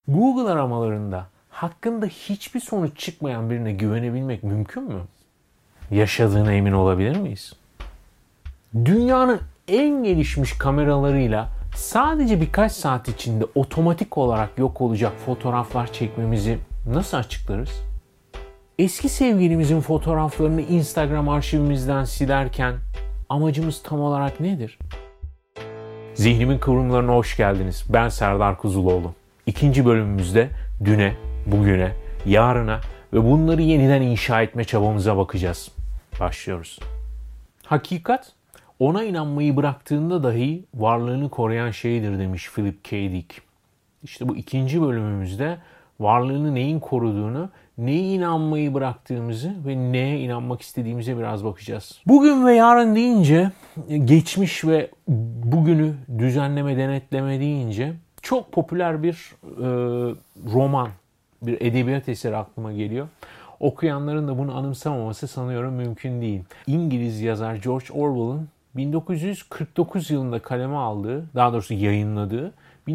Google aramalarında hakkında hiçbir sonuç çıkmayan birine güvenebilmek mümkün mü? Yaşadığına emin olabilir miyiz? Dünyanın en gelişmiş kameralarıyla sadece birkaç saat içinde otomatik olarak yok olacak fotoğraflar çekmemizi nasıl açıklarız? Eski sevgilimizin fotoğraflarını Instagram arşivimizden silerken amacımız tam olarak nedir? Zihnimin kıvrımlarına hoş geldiniz. Ben Serdar Kuzuloğlu. İkinci bölümümüzde düne, bugüne, yarına ve bunları yeniden inşa etme çabamıza bakacağız. Başlıyoruz. Hakikat, ona inanmayı bıraktığında dahi varlığını koruyan şeydir demiş Philip K. Dick. İşte bu ikinci bölümümüzde varlığını neyin koruduğunu, neye inanmayı bıraktığımızı ve neye inanmak istediğimize biraz bakacağız. Bugün ve yarın deyince, geçmiş ve bugünü düzenleme, denetleme deyince çok popüler bir roman, bir edebiyat eseri aklıma geliyor. Okuyanların da bunu anımsamaması sanıyorum mümkün değil. İngiliz yazar George Orwell'ın 1949 yılında kaleme aldığı, daha doğrusu yayınladığı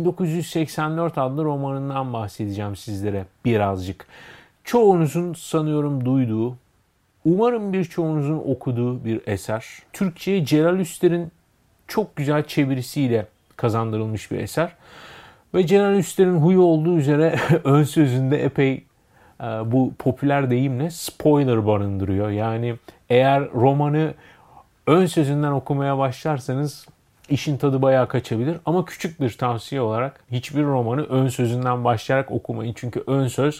1984 adlı romanından bahsedeceğim sizlere birazcık. Çoğunuzun sanıyorum duyduğu, umarım birçoğunuzun okuduğu bir eser. Türkçe'ye Celal Üster'in çok güzel çevirisiyle kazandırılmış bir eser. Ve Celal Üster'in huyu olduğu üzere ön sözünde epey bu popüler deyimle spoiler barındırıyor. Yani eğer romanı ön sözünden okumaya başlarsanız işin tadı bayağı kaçabilir. Ama küçük bir tavsiye olarak hiçbir romanı ön sözünden başlayarak okumayın. Çünkü ön söz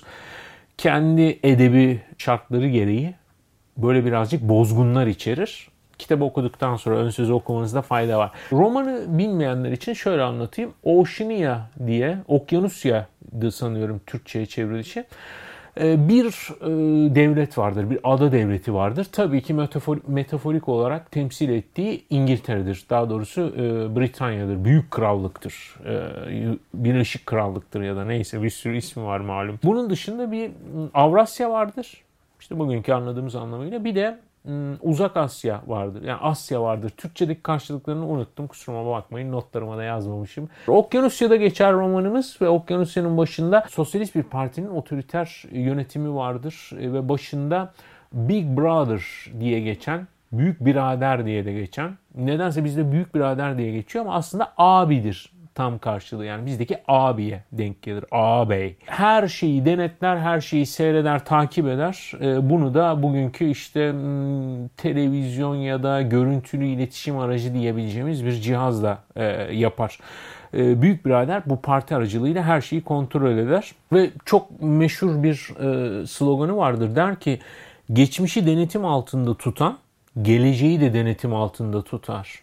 kendi edebi şartları gereği böyle birazcık bozgunlar içerir. Kitabı okuduktan sonra ön sözü okumanızda fayda var. Romanı bilmeyenler için şöyle anlatayım. Oceania diye, Okyanusya'dı sanıyorum Türkçe'ye çevrilişi. Bir devlet vardır, bir ada devleti vardır. Tabii ki metaforik olarak temsil ettiği İngiltere'dir. Daha doğrusu Britanya'dır, Büyük Krallık'tır, Birleşik Krallık'tır ya da neyse bir sürü ismi var malum. Bunun dışında bir Avrasya vardır. İşte bugünkü anladığımız anlamıyla. Bir de Uzak Asya vardır. Yani Asya vardır. Türkçedeki karşılıklarını unuttum. Kusuruma bakmayın. Notlarıma da yazmamışım. Okyanusya'da geçer romanımız ve Okyanusya'nın başında sosyalist bir partinin otoriter yönetimi vardır. Ve başında Big Brother diye geçen, Büyük Birader diye de geçen, nedense bizde Büyük Birader diye geçiyor ama aslında abidir tam karşılığı. Yani bizdeki abiye denk gelir. Ağabey. Her şeyi denetler, her şeyi seyreder, takip eder. Bunu da bugünkü işte televizyon ya da görüntülü iletişim aracı diyebileceğimiz bir cihazla yapar. Büyük birader bu parti aracılığıyla her şeyi kontrol eder. Ve çok meşhur bir sloganı vardır. Der ki, geçmişi denetim altında tutan, geleceği de denetim altında tutar.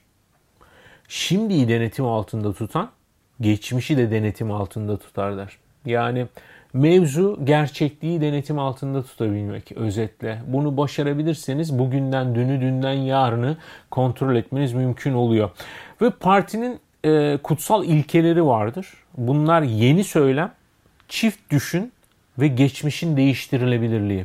Şimdiyi denetim altında tutan, geçmişi de denetim altında tutar der. Yani mevzu gerçekliği denetim altında tutabilmek özetle. Bunu başarabilirseniz bugünden dünü, dünden yarını kontrol etmeniz mümkün oluyor. Ve partinin kutsal ilkeleri vardır. Bunlar yeni söylem, çift düşün ve geçmişin değiştirilebilirliği.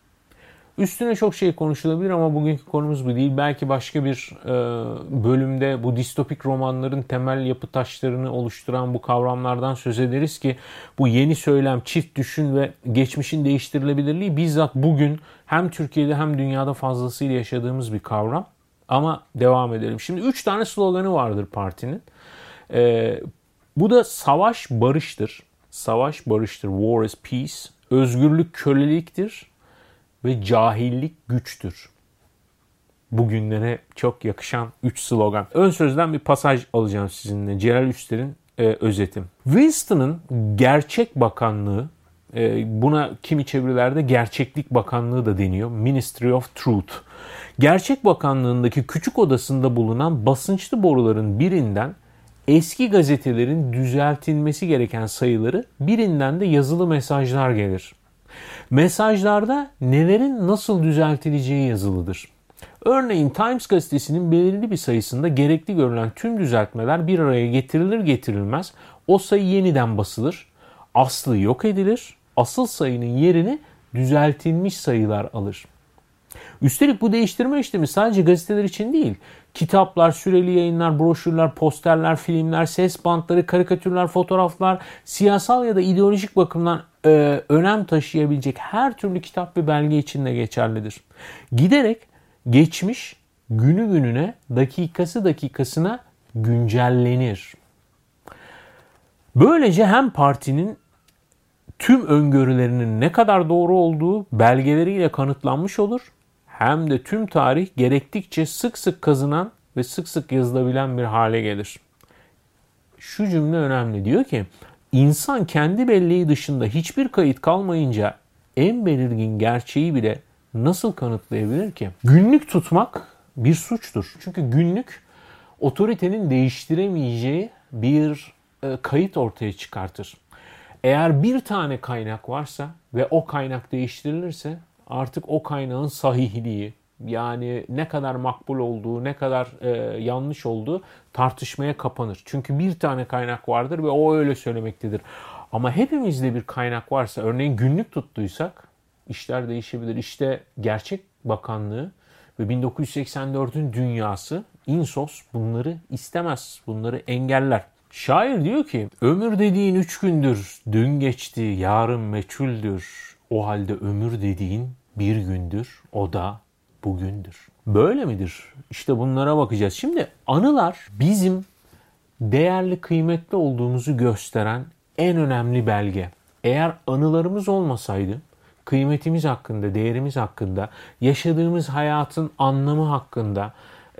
Üstüne çok şey konuşulabilir ama bugünkü konumuz bu değil. Belki başka bir bölümde bu distopik romanların temel yapı taşlarını oluşturan bu kavramlardan söz ederiz ki bu yeni söylem, çift düşün ve geçmişin değiştirilebilirliği bizzat bugün hem Türkiye'de hem dünyada fazlasıyla yaşadığımız bir kavram. Ama devam edelim. Şimdi 3 tane sloganı vardır partinin. Bu da savaş barıştır. Savaş barıştır. War is peace. Özgürlük köleliktir. Ve cahillik güçtür. Bugünlere çok yakışan 3 slogan. Ön sözden bir pasaj alacağım sizinle. Celal Üster'in özeti. Winston'ın Gerçek Bakanlığı, buna kimi çevirilerde Gerçeklik Bakanlığı da deniyor. Ministry of Truth. Gerçek Bakanlığı'ndaki küçük odasında bulunan basınçlı boruların birinden eski gazetelerin düzeltilmesi gereken sayıları, birinden de yazılı mesajlar gelir. Mesajlarda nelerin nasıl düzeltileceği yazılıdır. Örneğin Times gazetesinin belirli bir sayısında gerekli görülen tüm düzeltmeler bir araya getirilir getirilmez o sayı yeniden basılır, aslı yok edilir, asıl sayının yerini düzeltilmiş sayılar alır. Üstelik bu değiştirme işlemi sadece gazeteler için değil, Kitaplar, süreli yayınlar, broşürler, posterler, filmler, ses bantları, karikatürler, fotoğraflar, siyasal ya da ideolojik bakımdan önem taşıyabilecek her türlü kitap ve belge için de geçerlidir. Giderek geçmiş günü gününe, dakikası dakikasına güncellenir. Böylece hem partinin tüm öngörülerinin ne kadar doğru olduğu belgeleriyle kanıtlanmış olur, hem de tüm tarih gerektikçe sık sık kazınan ve sık sık yazılabilen bir hale gelir. Şu cümle önemli, diyor ki, insan kendi belleği dışında hiçbir kayıt kalmayınca en belirgin gerçeği bile nasıl kanıtlayabilir ki? Günlük tutmak bir suçtur. Çünkü günlük otoritenin değiştiremeyeceği bir kayıt ortaya çıkartır. Eğer bir tane kaynak varsa ve o kaynak değiştirilirse artık o kaynağın sahihliği, yani ne kadar makbul olduğu, ne kadar yanlış olduğu tartışmaya kapanır. Çünkü bir tane kaynak vardır ve o öyle söylemektedir. Ama hepimizde bir kaynak varsa, örneğin günlük tuttuysak işler değişebilir. İşte Gerçek Bakanlığı ve 1984'ün dünyası, İNSOS bunları istemez, bunları engeller. Şair diyor ki, ömür dediğin 3 gündür, dün geçti, yarın meçhuldür. O halde ömür dediğin bir gündür, o da bugündür. Böyle midir? İşte bunlara bakacağız. Şimdi anılar bizim değerli, kıymetli olduğumuzu gösteren en önemli belge. Eğer anılarımız olmasaydı, kıymetimiz hakkında, değerimiz hakkında, yaşadığımız hayatın anlamı hakkında,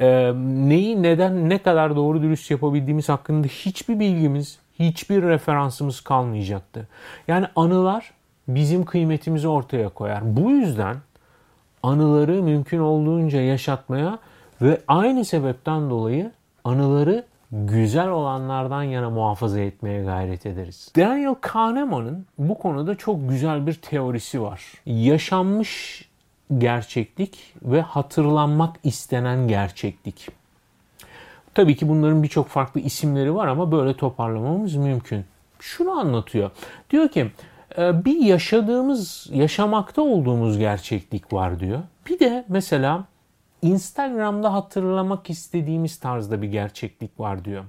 neyi, neden, ne kadar doğru dürüst yapabildiğimiz hakkında hiçbir bilgimiz, hiçbir referansımız kalmayacaktı. Yani anılar bizim kıymetimizi ortaya koyar. Bu yüzden anıları mümkün olduğunca yaşatmaya ve aynı sebepten dolayı anıları güzel olanlardan yana muhafaza etmeye gayret ederiz. Daniel Kahneman'ın bu konuda çok güzel bir teorisi var. Yaşanmış gerçeklik ve hatırlanmak istenen gerçeklik. Tabii ki bunların birçok farklı isimleri var ama böyle toparlamamız mümkün. Şunu anlatıyor. Diyor ki bir yaşamakta olduğumuz gerçeklik var diyor. Bir de mesela Instagram'da hatırlamak istediğimiz tarzda bir gerçeklik var diyor.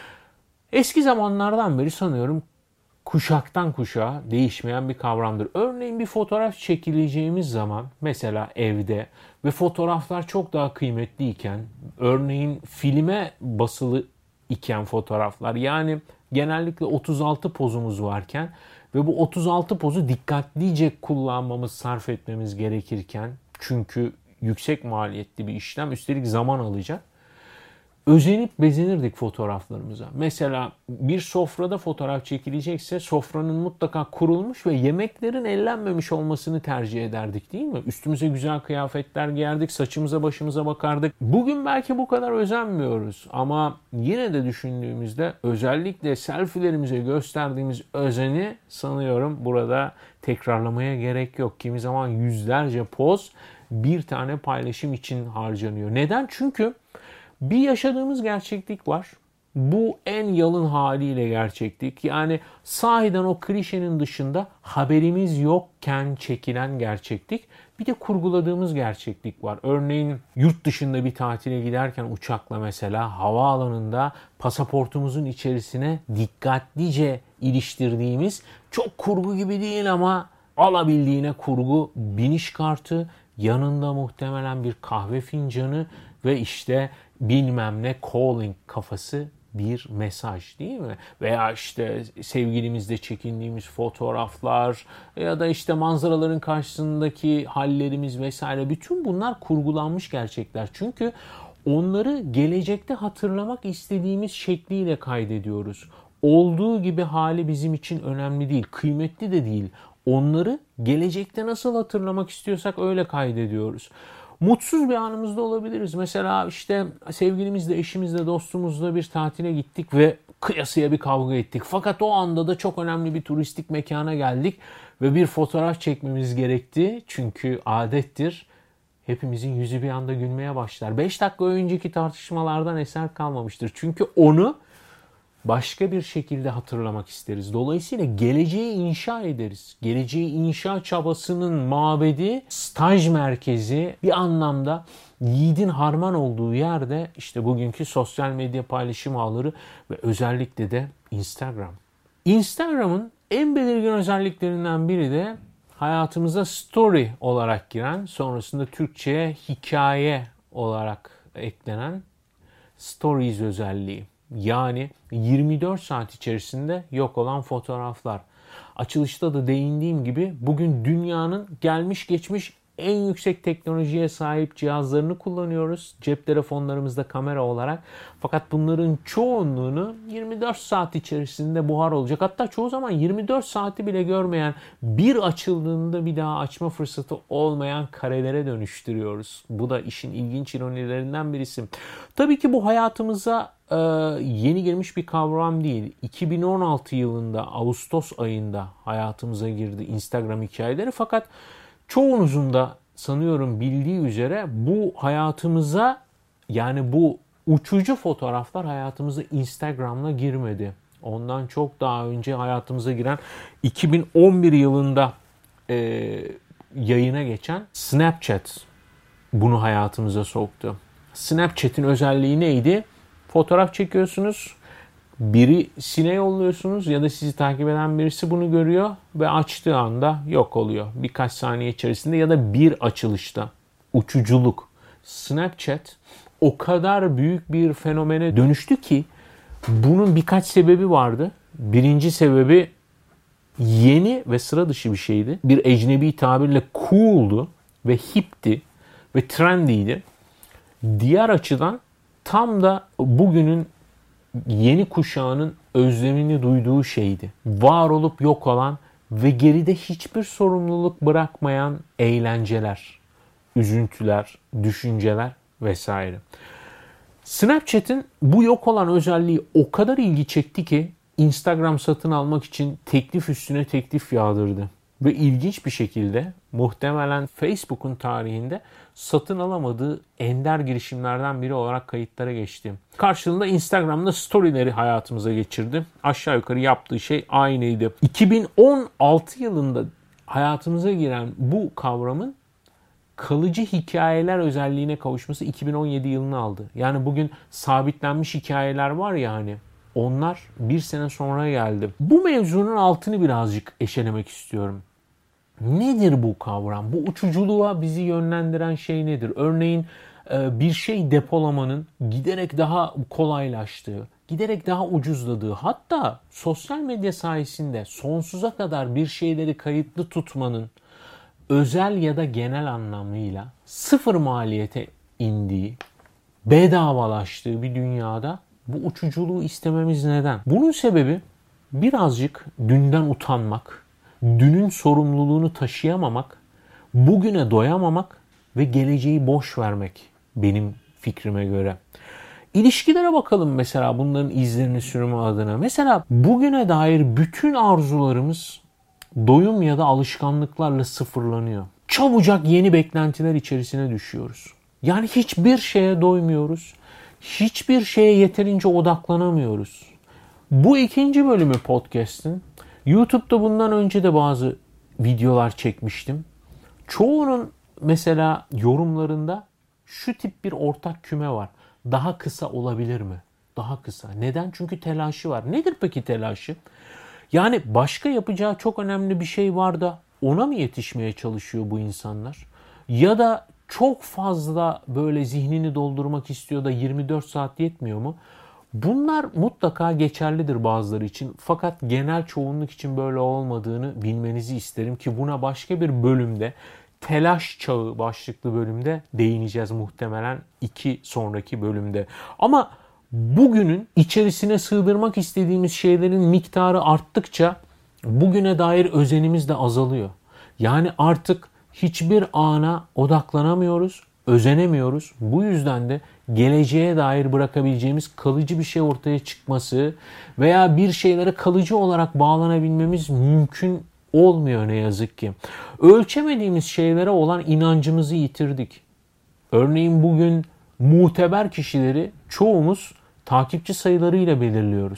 Eski zamanlardan beri sanıyorum kuşaktan kuşağa değişmeyen bir kavramdır. Örneğin bir fotoğraf çekileceğimiz zaman, mesela evde ve fotoğraflar çok daha kıymetliyken, örneğin filme basılı iken fotoğraflar, yani genellikle 36 pozumuz varken ve bu 36 pozu dikkatlice kullanmamız, sarf etmemiz gerekirken, çünkü yüksek maliyetli bir işlem, üstelik zaman alacak, özenip bezenirdik fotoğraflarımıza. Mesela bir sofrada fotoğraf çekilecekse sofranın mutlaka kurulmuş ve yemeklerin ellenmemiş olmasını tercih ederdik, değil mi? Üstümüze güzel kıyafetler giyerdik, saçımıza başımıza bakardık. Bugün belki bu kadar özenmiyoruz ama yine de düşündüğümüzde özellikle selfie'lerimize gösterdiğimiz özeni sanıyorum burada tekrarlamaya gerek yok. Kimi zaman yüzlerce poz bir tane paylaşım için harcanıyor. Neden? Çünkü bir yaşadığımız gerçeklik var. Bu en yalın haliyle gerçeklik. Yani sahiden o klişenin dışında haberimiz yokken çekilen gerçeklik. Bir de kurguladığımız gerçeklik var. Örneğin yurt dışında bir tatile giderken uçakla, mesela havaalanında pasaportumuzun içerisine dikkatlice iliştirdiğimiz, çok kurgu gibi değil ama alabildiğine kurgu biniş kartı, yanında muhtemelen bir kahve fincanı ve işte bilmem ne calling kafası bir mesaj, değil mi? Veya işte sevgilimizle çekindiğimiz fotoğraflar ya da işte manzaraların karşısındaki hallerimiz vesaire, bütün bunlar kurgulanmış gerçekler. Çünkü onları gelecekte hatırlamak istediğimiz şekliyle kaydediyoruz. Olduğu gibi hali bizim için önemli değil, kıymetli de değil. Onları gelecekte nasıl hatırlamak istiyorsak öyle kaydediyoruz. Mutsuz bir anımızda olabiliriz. Mesela işte sevgilimizle, eşimizle, dostumuzla bir tatile gittik ve kıyasıya bir kavga ettik. Fakat o anda da çok önemli bir turistik mekana geldik ve bir fotoğraf çekmemiz gerekti. Çünkü adettir, hepimizin yüzü bir anda gülmeye başlar. 5 dakika önceki tartışmalardan eser kalmamıştır. Çünkü onu başka bir şekilde hatırlamak isteriz. Dolayısıyla geleceği inşa ederiz. Geleceği inşa çabasının mabedi, staj merkezi bir anlamda yiğidin harman olduğu yerde işte bugünkü sosyal medya paylaşım ağları ve özellikle de Instagram. Instagram'ın en belirgin özelliklerinden biri de hayatımıza story olarak giren, sonrasında Türkçe'ye hikaye olarak eklenen stories özelliği. Yani 24 saat içerisinde yok olan fotoğraflar. Açılışta da değindiğim gibi bugün dünyanın gelmiş geçmiş en yüksek teknolojiye sahip cihazlarını kullanıyoruz. Cep telefonlarımızda kamera olarak. Fakat bunların çoğunluğunu 24 saat içerisinde buhar olacak. Hatta çoğu zaman 24 saati bile görmeyen, bir açıldığında bir daha açma fırsatı olmayan karelere dönüştürüyoruz. Bu da işin ilginç ironilerinden birisi. Tabii ki bu hayatımıza yeni girmiş bir kavram değil. 2016 yılında Ağustos ayında hayatımıza girdi Instagram hikayeleri. Fakat çoğunuzun da sanıyorum bildiği üzere bu hayatımıza, yani bu uçucu fotoğraflar hayatımıza Instagram'la girmedi. Ondan çok daha önce hayatımıza giren 2011 yılında yayına geçen Snapchat bunu hayatımıza soktu. Snapchat'in özelliği neydi? Fotoğraf çekiyorsunuz, birisine yolluyorsunuz ya da sizi takip eden birisi bunu görüyor ve açtığı anda yok oluyor. Birkaç saniye içerisinde ya da bir açılışta. Uçuculuk. Snapchat o kadar büyük bir fenomene dönüştü ki bunun birkaç sebebi vardı. Birinci sebebi yeni ve sıra dışı bir şeydi. Bir ecnebi tabirle cool'du ve hipti ve trendy'ydi. Diğer açıdan tam da bugünün yeni kuşağının özlemini duyduğu şeydi. Var olup yok olan ve geride hiçbir sorumluluk bırakmayan eğlenceler, üzüntüler, düşünceler vesaire. Snapchat'in bu yok olan özelliği o kadar ilgi çekti ki Instagram satın almak için teklif üstüne teklif yağdırdı. Ve ilginç bir şekilde muhtemelen Facebook'un tarihinde satın alamadığı ender girişimlerden biri olarak kayıtlara geçti. Karşılığında Instagram'da storyleri hayatımıza geçirdi. Aşağı yukarı yaptığı şey aynıydı. 2016 yılında hayatımıza giren bu kavramın kalıcı hikayeler özelliğine kavuşması 2017 yılını aldı. Yani bugün sabitlenmiş hikayeler var ya hani, onlar bir sene sonra geldi. Bu mevzunun altını birazcık eşelemek istiyorum. Nedir bu kavram? Bu uçuculuğa bizi yönlendiren şey nedir? Örneğin bir şey depolamanın giderek daha kolaylaştığı, giderek daha ucuzladığı, hatta sosyal medya sayesinde sonsuza kadar bir şeyleri kayıtlı tutmanın özel ya da genel anlamıyla sıfır maliyete indiği, bedavalaştığı bir dünyada bu uçuculuğu istememiz neden? Bunun sebebi birazcık dünden utanmak, dünün sorumluluğunu taşıyamamak, bugüne doyamamak ve geleceği boş vermek benim fikrime göre. İlişkilere bakalım mesela, bunların izlerini sürme adına. Mesela bugüne dair bütün arzularımız doyum ya da alışkanlıklarla sıfırlanıyor. Çabucak yeni beklentiler içerisine düşüyoruz. Yani hiçbir şeye doymuyoruz. Hiçbir şeye yeterince odaklanamıyoruz. Bu ikinci bölümü podcast'in. YouTube'da bundan önce de bazı videolar çekmiştim. Çoğunun mesela yorumlarında şu tip bir ortak küme var. Daha kısa olabilir mi? Daha kısa. Neden? Çünkü telaşı var. Nedir peki telaşı? Yani başka yapacağı çok önemli bir şey var da ona mı yetişmeye çalışıyor bu insanlar? Ya da çok fazla böyle zihnini doldurmak istiyor da 24 saat yetmiyor mu? Bunlar mutlaka geçerlidir bazıları için. Fakat genel çoğunluk için böyle olmadığını bilmenizi isterim ki buna başka bir bölümde, telaş çağı başlıklı bölümde değineceğiz muhtemelen 2 sonraki bölümde. Ama bugünün içerisine sığdırmak istediğimiz şeylerin miktarı arttıkça bugüne dair özenimiz de azalıyor. Yani artık hiçbir ana odaklanamıyoruz, özenemiyoruz. Bu yüzden de geleceğe dair bırakabileceğimiz kalıcı bir şey ortaya çıkması veya bir şeylere kalıcı olarak bağlanabilmemiz mümkün olmuyor ne yazık ki. Ölçemediğimiz şeylere olan inancımızı yitirdik. Örneğin bugün muteber kişileri çoğumuz takipçi sayılarıyla belirliyoruz.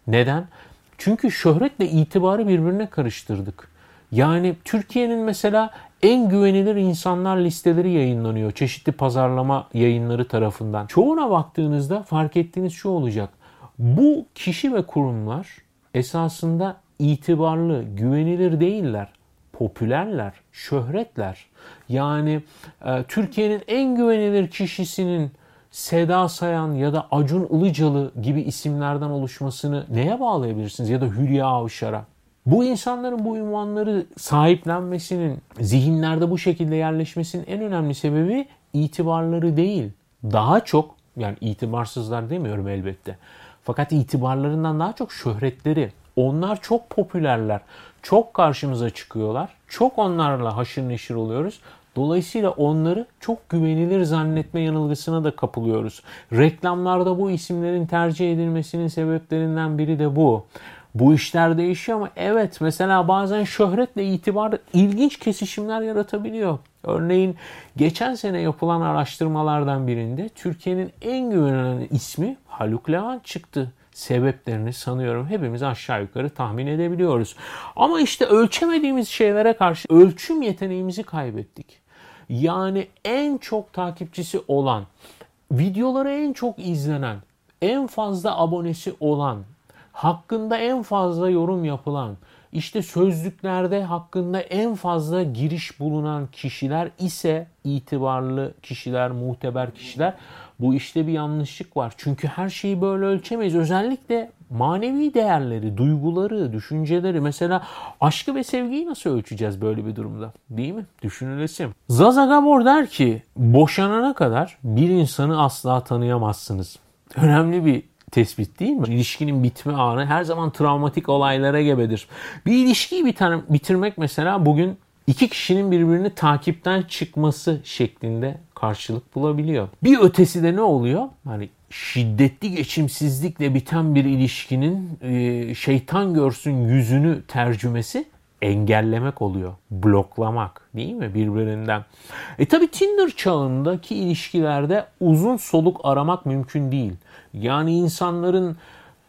Neden? Çünkü şöhretle itibarı birbirine karıştırdık. Yani Türkiye'nin mesela en güvenilir insanlar listeleri yayınlanıyor çeşitli pazarlama yayınları tarafından. Çoğuna baktığınızda fark ettiğiniz şu olacak. Bu kişi ve kurumlar esasında itibarlı, güvenilir değiller. Popülerler, şöhretler. Yani Türkiye'nin en güvenilir kişisinin Seda Sayan ya da Acun Ilıcalı gibi isimlerden oluşmasını neye bağlayabilirsiniz? Ya da Hülya Avşar'a. Bu insanların bu unvanları sahiplenmesinin, zihinlerde bu şekilde yerleşmesinin en önemli sebebi itibarları değil. Daha çok, yani itibarsızlar demiyorum elbette. Fakat itibarlarından daha çok şöhretleri. Onlar çok popülerler. Çok karşımıza çıkıyorlar. Çok onlarla haşır neşir oluyoruz. Dolayısıyla onları çok güvenilir zannetme yanılgısına da kapılıyoruz. Reklamlarda bu isimlerin tercih edilmesinin sebeplerinden biri de bu. Bu işler değişiyor ama evet, mesela bazen şöhretle itibar ilginç kesişimler yaratabiliyor. Örneğin geçen sene yapılan araştırmalardan birinde Türkiye'nin en güvenilen ismi Haluk Levent çıktı. Sebeplerini sanıyorum hepimiz aşağı yukarı tahmin edebiliyoruz. Ama işte ölçemediğimiz şeylere karşı ölçüm yeteneğimizi kaybettik. Yani en çok takipçisi olan, videoları en çok izlenen, en fazla abonesi olan, hakkında en fazla yorum yapılan, işte sözlüklerde hakkında en fazla giriş bulunan kişiler ise itibarlı kişiler, muteber kişiler. Bu işte bir yanlışlık var. Çünkü her şeyi böyle ölçemeyiz. Özellikle manevi değerleri, duyguları, düşünceleri. Mesela aşkı ve sevgiyi nasıl ölçeceğiz böyle bir durumda? Değil mi? Düşünülesim. Zaza Gabor der ki, boşanana kadar bir insanı asla tanıyamazsınız. Önemli bir tespit değil mi? İlişkinin bitme anı her zaman travmatik olaylara gebedir. Bir ilişkiyi bitirmek mesela bugün iki kişinin birbirini takipten çıkması şeklinde karşılık bulabiliyor. Bir ötesi de ne oluyor? Hani şiddetli geçimsizlikle biten bir ilişkinin şeytan görsün yüzünü tercümesi engellemek oluyor. Bloklamak, değil mi, birbirinden. Tabii Tinder çağındaki ilişkilerde uzun soluk aramak mümkün değil. Yani insanların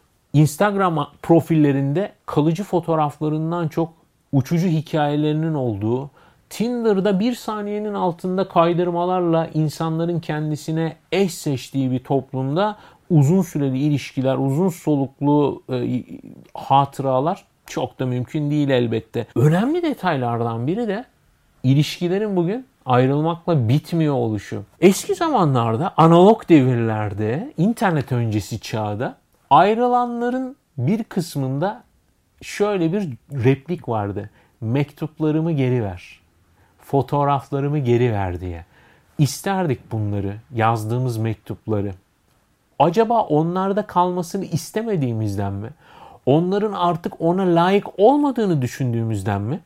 Instagram profillerinde kalıcı fotoğraflarından çok uçucu hikayelerinin olduğu, Tinder'da bir saniyenin altında kaydırmalarla insanların kendisine eş seçtiği bir toplumda uzun süreli ilişkiler, uzun soluklu hatıralar çok da mümkün değil elbette. Önemli detaylardan biri de ilişkilerin bugün ayrılmakla bitmiyor oluşu. Eski zamanlarda, analog devirlerde, internet öncesi çağda ayrılanların bir kısmında şöyle bir replik vardı. Mektuplarımı geri ver. Fotoğraflarımı geri ver diye. İsterdik bunları, yazdığımız mektupları. Acaba onlarda kalmasını istemediğimizden mi? Onların artık ona layık olmadığını düşündüğümüzden mi?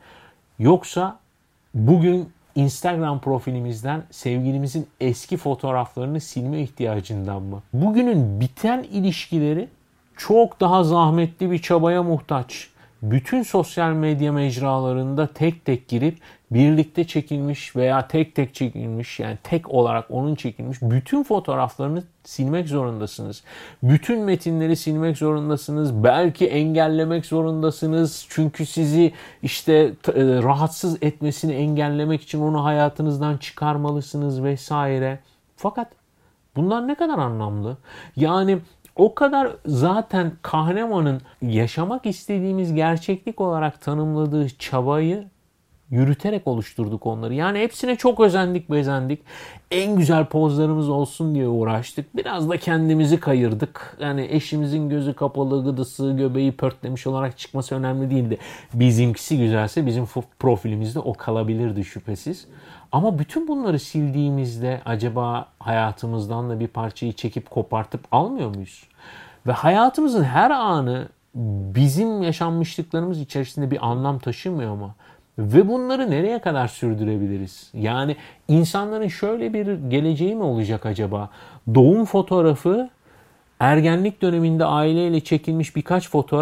Yoksa bugün Instagram profilimizden sevgilimizin eski fotoğraflarını silme ihtiyacından mı? Bugünün biten ilişkileri çok daha zahmetli bir çabaya muhtaç. Bütün sosyal medya mecralarında tek tek girip birlikte çekilmiş veya tek tek çekilmiş, yani tek olarak onun çekilmiş bütün fotoğraflarını silmek zorundasınız. Bütün metinleri silmek zorundasınız. Belki engellemek zorundasınız. Çünkü sizi işte rahatsız etmesini engellemek için onu hayatınızdan çıkarmalısınız vesaire. Fakat bunlar ne kadar anlamlı? Yani o kadar zaten Kahneman'ın yaşamak istediğimiz gerçeklik olarak tanımladığı çabayı yürüterek oluşturduk onları. Yani hepsine çok özendik, bezendik. En güzel pozlarımız olsun diye uğraştık. Biraz da kendimizi kayırdık. Yani eşimizin gözü kapalı, gıdısı, göbeği pörtlemiş olarak çıkması önemli değildi. Bizimkisi güzelse bizim profilimizde o kalabilirdi şüphesiz. Ama bütün bunları sildiğimizde acaba hayatımızdan da bir parçayı çekip kopartıp almıyor muyuz? Ve hayatımızın her anı bizim yaşanmışlıklarımız içerisinde bir anlam taşımıyor mu? Ve bunları nereye kadar sürdürebiliriz? Yani insanların şöyle bir geleceği mi olacak acaba? Doğum fotoğrafı, ergenlik döneminde aileyle çekilmiş birkaç fotoğraf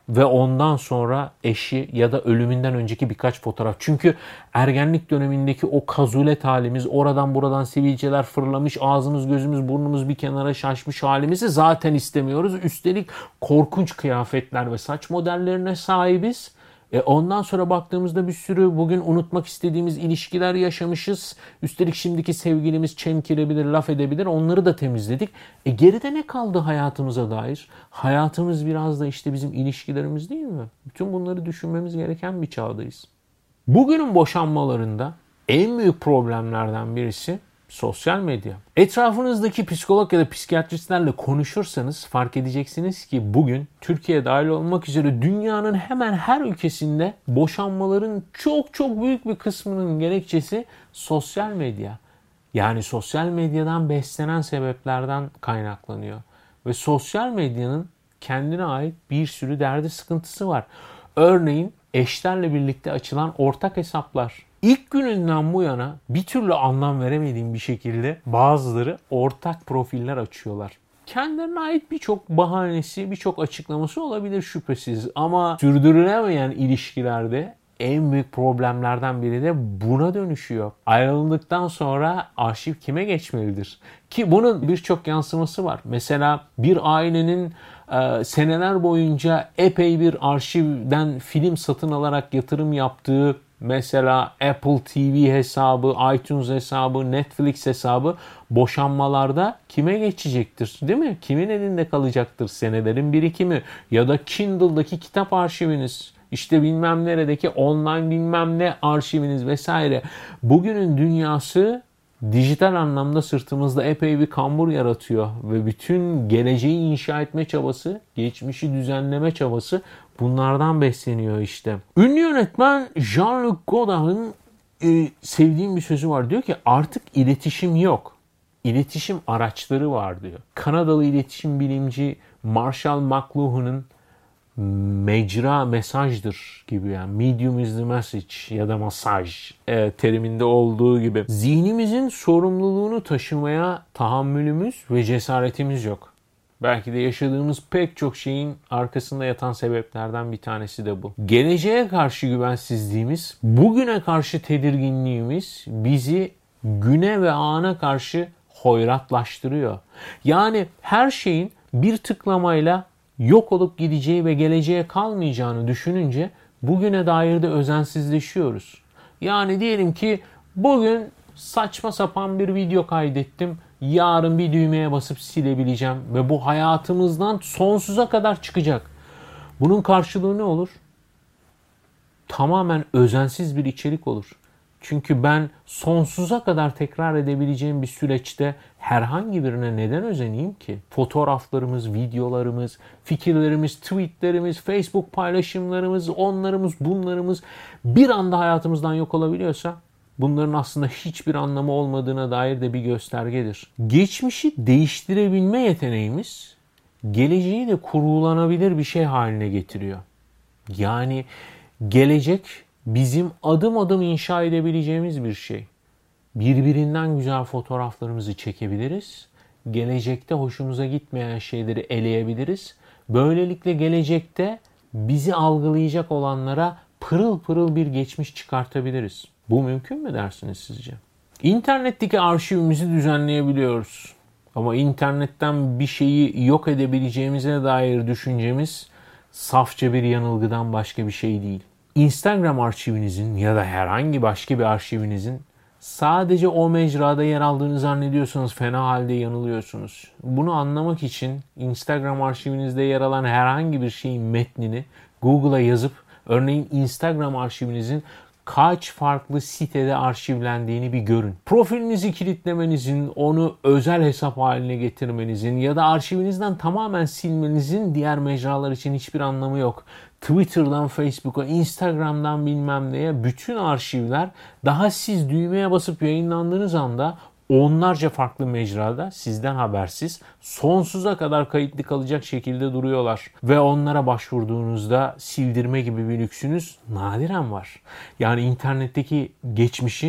ve ondan sonra eşi ya da ölümünden önceki birkaç fotoğraf. Çünkü ergenlik dönemindeki o kazulet halimiz, oradan buradan sivilceler fırlamış, ağzımız, gözümüz, burnumuz bir kenara şaşmış halimizi zaten istemiyoruz. Üstelik korkunç kıyafetler ve saç modellerine sahibiz. Ondan sonra baktığımızda bir sürü bugün unutmak istediğimiz ilişkiler yaşamışız. Üstelik şimdiki sevgilimiz çemkirebilir, laf edebilir. Onları da temizledik. Geride ne kaldı hayatımıza dair? Hayatımız biraz da işte bizim ilişkilerimiz değil mi? Bütün bunları düşünmemiz gereken bir çağdayız. Bugünün boşanmalarında en büyük problemlerden birisi sosyal medya. Etrafınızdaki psikolog ya da psikiyatristlerle konuşursanız fark edeceksiniz ki bugün Türkiye dahil olmak üzere dünyanın hemen her ülkesinde boşanmaların çok çok büyük bir kısmının gerekçesi sosyal medya. Yani sosyal medyadan beslenen sebeplerden kaynaklanıyor. Ve sosyal medyanın kendine ait bir sürü derdi sıkıntısı var. Örneğin eşlerle birlikte açılan ortak hesaplar. İlk gününden bu yana bir türlü anlam veremediğim bir şekilde bazıları ortak profiller açıyorlar. Kendilerine ait birçok bahanesi, birçok açıklaması olabilir şüphesiz. Ama sürdürülemeyen ilişkilerde en büyük problemlerden biri de buna dönüşüyor. Ayrıldıktan sonra arşiv kime geçmelidir? Ki bunun birçok yansıması var. Mesela bir ailenin seneler boyunca epey bir arşivden film satın alarak yatırım yaptığı, mesela Apple TV hesabı, iTunes hesabı, Netflix hesabı boşanmalarda kime geçecektir? Değil mi? Kimin elinde kalacaktır senelerin birikimi? Ya da Kindle'daki kitap arşiviniz, işte bilmem neredeki online bilmem ne arşiviniz vesaire. Bugünün dünyası dijital anlamda sırtımızda epey bir kambur yaratıyor ve bütün geleceği inşa etme çabası, geçmişi düzenleme çabası bunlardan besleniyor işte. Ünlü yönetmen Jean-Luc Godard'ın sevdiğim bir sözü var. Diyor ki artık iletişim yok. İletişim araçları var diyor. Kanadalı iletişim bilimci Marshall McLuhan'ın mecra mesajdır gibi, yani medium is the message ya da masaj teriminde olduğu gibi zihnimizin sorumluluğunu taşımaya tahammülümüz ve cesaretimiz yok. Belki de yaşadığımız pek çok şeyin arkasında yatan sebeplerden bir tanesi de bu. Geleceğe karşı güvensizliğimiz, bugüne karşı tedirginliğimiz bizi güne ve ana karşı hoyratlaştırıyor. Yani her şeyin bir tıklamayla yok olup gideceği ve geleceğe kalmayacağını düşününce bugüne dair de özensizleşiyoruz. Yani diyelim ki bugün saçma sapan bir video kaydettim. Yarın bir düğmeye basıp silebileceğim ve bu hayatımızdan sonsuza kadar çıkacak. Bunun karşılığı ne olur? Tamamen özensiz bir içerik olur. Çünkü ben sonsuza kadar tekrar edebileceğim bir süreçte herhangi birine neden özeneyim ki? Fotoğraflarımız, videolarımız, fikirlerimiz, tweetlerimiz, Facebook paylaşımlarımız, onlarımız, bunlarımız bir anda hayatımızdan yok olabiliyorsa bunların aslında hiçbir anlamı olmadığına dair de bir göstergedir. Geçmişi değiştirebilme yeteneğimiz geleceği de kurgulanabilir bir şey haline getiriyor. Yani gelecek bizim adım adım inşa edebileceğimiz bir şey. Birbirinden güzel fotoğraflarımızı çekebiliriz. Gelecekte hoşumuza gitmeyen şeyleri eleyebiliriz. Böylelikle gelecekte bizi algılayacak olanlara pırıl pırıl bir geçmiş çıkartabiliriz. Bu mümkün mü dersiniz sizce? İnternetteki arşivimizi düzenleyebiliyoruz. Ama internetten bir şeyi yok edebileceğimize dair düşüncemiz safça bir yanılgıdan başka bir şey değil. Instagram arşivinizin ya da herhangi başka bir arşivinizin sadece o mecrada yer aldığını zannediyorsanız fena halde yanılıyorsunuz. Bunu anlamak için Instagram arşivinizde yer alan herhangi bir şeyin metnini Google'a yazıp örneğin Instagram arşivinizin kaç farklı sitede arşivlendiğini bir görün. Profilinizi kilitlemenizin, onu özel hesap haline getirmenizin ya da arşivinizden tamamen silmenizin diğer mecralar için hiçbir anlamı yok. Twitter'dan Facebook'a, Instagram'dan bilmem neye bütün arşivler daha siz düğmeye basıp yayınlandığınız anda onlarca farklı mecrada sizden habersiz sonsuza kadar kayıtlı kalacak şekilde duruyorlar. Ve onlara başvurduğunuzda sildirme gibi bir lüksünüz nadiren var. Yani internetteki geçmişi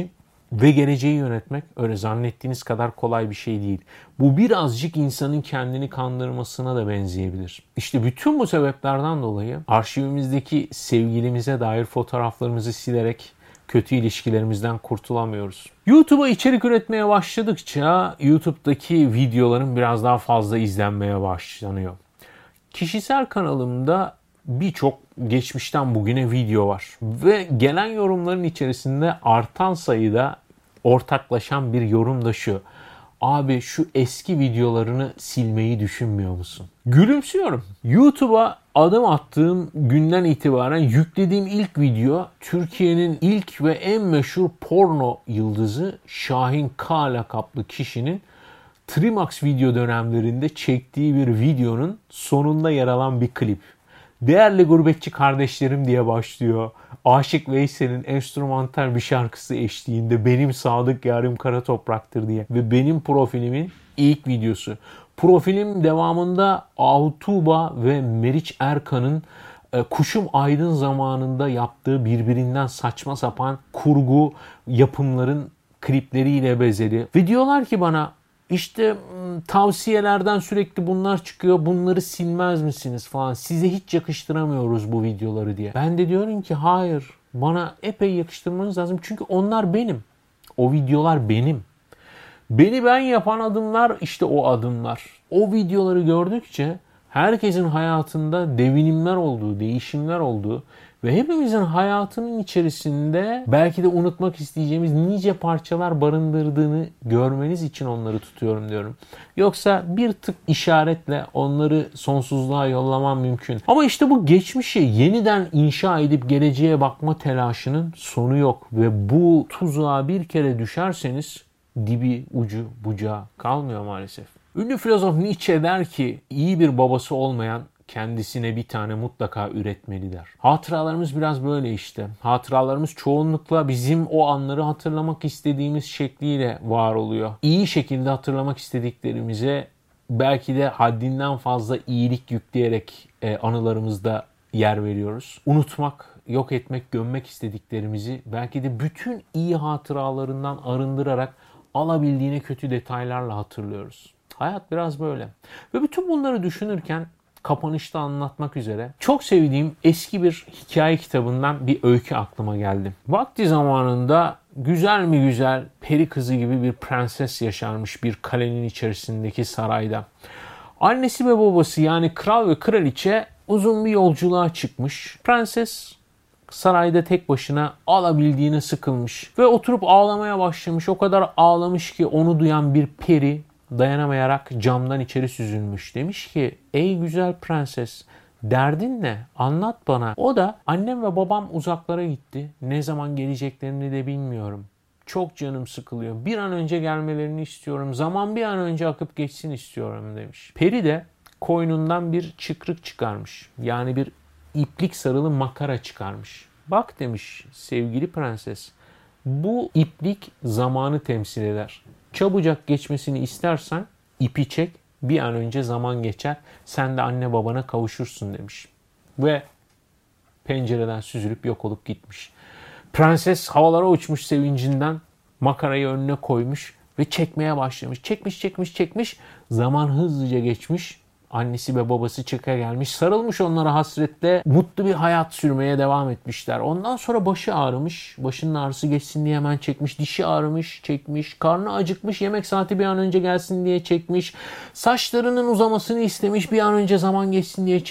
Ve geleceği yönetmek öyle zannettiğiniz kadar kolay bir şey değil. Bu birazcık insanın kendini kandırmasına da benzeyebilir. İşte bütün bu sebeplerden dolayı arşivimizdeki sevgilimize dair fotoğraflarımızı silerek kötü ilişkilerimizden kurtulamıyoruz. YouTube'a içerik üretmeye başladıkça YouTube'daki videoların biraz daha fazla izlenmeye başlanıyor. Kişisel kanalımda birçok geçmişten bugüne video var. Ve gelen yorumların içerisinde artan sayıda ortaklaşan bir yorum da şu: abi şu eski videolarını silmeyi düşünmüyor musun? Gülümsüyorum. YouTube'a adım attığım günden itibaren yüklediğim ilk video Türkiye'nin ilk ve en meşhur porno yıldızı Şahin K lakaplı kişinin Trimax video dönemlerinde çektiği bir videonun sonunda yer alan bir klip. Değerli gurbetçi kardeşlerim diye başlıyor. Aşık Veysel'in enstrümantal bir şarkısı eşliğinde benim sadık yarım kara topraktır diye. Ve benim profilimin ilk videosu. Profilim devamında Altuğba ve Meriç Erkan'ın Kuşum Aydın zamanında yaptığı birbirinden saçma sapan kurgu yapımların klipleriyle bezeli. Ve diyorlar ki bana, İşte tavsiyelerden sürekli bunlar çıkıyor. Bunları silmez misiniz falan. Size hiç yakıştıramıyoruz bu videoları diye. Ben de diyorum ki hayır. Bana epey yakıştırmanız lazım. Çünkü onlar benim. O videolar benim. Beni ben yapan adımlar işte o adımlar. O videoları gördükçe herkesin hayatında devinimler olduğu, değişimler olduğu ve hepimizin hayatının içerisinde belki de unutmak isteyeceğimiz nice parçalar barındırdığını görmeniz için onları tutuyorum diyorum. Yoksa bir tık işaretle onları sonsuzluğa yollamam mümkün. Ama işte bu geçmişi yeniden inşa edip geleceğe bakma telaşının sonu yok. Ve bu tuzağa bir kere düşerseniz dibi ucu bucağı kalmıyor maalesef. Ünlü filozof Nietzsche der ki iyi bir babası olmayan kendisine bir tane mutlaka üretmeli der. Hatıralarımız biraz böyle işte. Hatıralarımız çoğunlukla bizim o anları hatırlamak istediğimiz şekliyle var oluyor. İyi şekilde hatırlamak istediklerimize belki de haddinden fazla iyilik yükleyerek anılarımızda yer veriyoruz. Unutmak, yok etmek, gömmek istediklerimizi belki de bütün iyi hatıralarından arındırarak alabildiğine kötü detaylarla hatırlıyoruz. Hayat biraz böyle. Ve bütün bunları düşünürken kapanışta anlatmak üzere çok sevdiğim eski bir hikaye kitabından bir öykü aklıma geldi. Vakti zamanında güzel mi güzel peri kızı gibi bir prenses yaşarmış bir kalenin içerisindeki sarayda. Annesi ve babası yani kral ve kraliçe uzun bir yolculuğa çıkmış. Prenses sarayda tek başına alabildiğine sıkılmış ve oturup ağlamaya başlamış. O kadar ağlamış ki onu duyan bir peri dayanamayarak camdan içeri süzülmüş. Demiş ki ey güzel prenses derdin ne? Anlat bana. O da annem ve babam uzaklara gitti. Ne zaman geleceklerini de bilmiyorum. Çok canım sıkılıyor. Bir an önce gelmelerini istiyorum. Zaman bir an önce akıp geçsin istiyorum demiş. Peri de koynundan bir çıkrık çıkarmış. Yani bir iplik sarılı makara çıkarmış. Bak demiş sevgili prenses. Bu iplik zamanı temsil eder. Çabucak geçmesini istersen ipi çek, bir an önce zaman geçer, sen de anne babana kavuşursun demiş. Ve pencereden süzülüp yok olup gitmiş. Prenses havalara uçmuş sevincinden, makarayı önüne koymuş ve çekmeye başlamış. Çekmiş. Zaman hızlıca geçmiş. Annesi ve babası çıka gelmiş. Sarılmış onlara hasretle. Mutlu bir hayat sürmeye devam etmişler. Ondan sonra başı ağrımış. Başının ağrısı geçsin diye hemen çekmiş. Dişi ağrımış, çekmiş. Karnı acıkmış. Yemek saati bir an önce gelsin diye çekmiş. Saçlarının uzamasını istemiş. Bir an önce zaman geçsin diye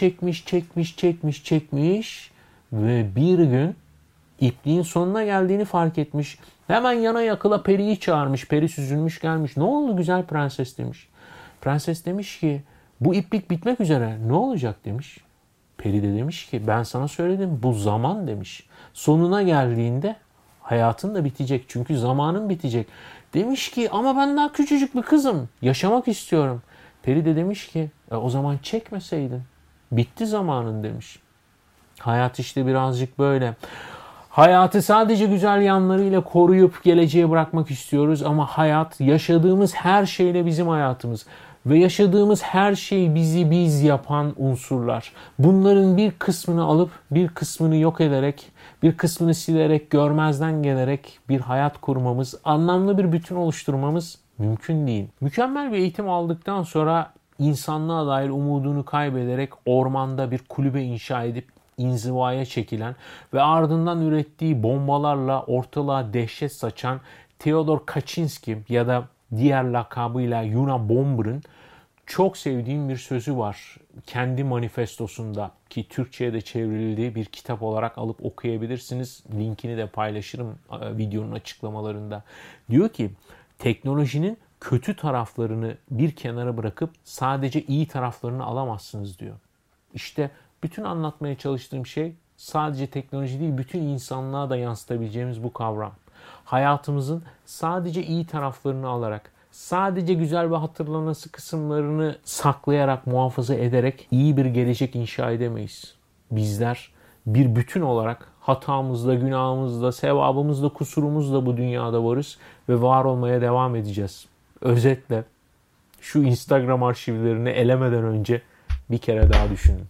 çekmiş. Ve bir gün ipliğin sonuna geldiğini fark etmiş. Hemen yana yakıla periyi çağırmış. Peri süzülmüş gelmiş. Ne oldu güzel prenses demiş. Prenses demiş ki bu iplik bitmek üzere. Ne olacak demiş. Peri de demiş ki ben sana söyledim bu zaman demiş. Sonuna geldiğinde hayatın da bitecek. Çünkü zamanın bitecek. Demiş ki ama ben daha küçücük bir kızım. Yaşamak istiyorum. Peri de demiş ki o zaman çekmeseydin. Bitti zamanın demiş. Hayat işte birazcık böyle. Hayatı sadece güzel yanlarıyla koruyup geleceğe bırakmak istiyoruz ama hayat yaşadığımız her şeyle bizim hayatımız. ve yaşadığımız her şey bizi biz yapan unsurlar. Bunların bir kısmını alıp bir kısmını yok ederek, bir kısmını silerek, görmezden gelerek bir hayat kurmamız, anlamlı bir bütün oluşturmamız mümkün değil. Mükemmel bir eğitim aldıktan sonra insanlığa dair umudunu kaybederek ormanda bir kulübe inşa edip inzivaya çekilen ve ardından ürettiği bombalarla ortalığa dehşet saçan Theodor Kaczynski ya da diğer lakabıyla Unabomber'ın çok sevdiğim bir sözü var. Kendi manifestosunda, ki Türkçe'ye de çevrildiği bir kitap olarak alıp okuyabilirsiniz. Linkini de paylaşırım videonun açıklamalarında. Diyor ki teknolojinin kötü taraflarını bir kenara bırakıp sadece iyi taraflarını alamazsınız diyor. İşte bütün anlatmaya çalıştığım şey sadece teknoloji değil, bütün insanlığa da yansıtabileceğimiz bu kavram. Hayatımızın sadece iyi taraflarını alarak, sadece güzel ve hatırlanası kısımlarını saklayarak, muhafaza ederek iyi bir gelecek inşa edemeyiz. Bizler bir bütün olarak hatamızla, günahımızla, sevabımızla, kusurumuzla bu dünyada varız ve var olmaya devam edeceğiz. Özetle şu Instagram arşivlerini elemeden önce bir kere daha düşünün.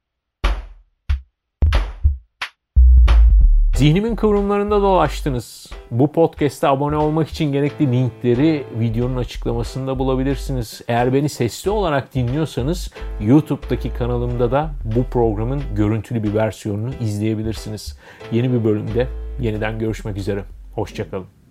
Zihnimin kıvrımlarında dolaştınız. Bu podcast'e abone olmak için gerekli linkleri videonun açıklamasında bulabilirsiniz. Eğer beni sesli olarak dinliyorsanız YouTube'daki kanalımda da bu programın görüntülü bir versiyonunu izleyebilirsiniz. Yeni bir bölümde yeniden görüşmek üzere. Hoşça kalın.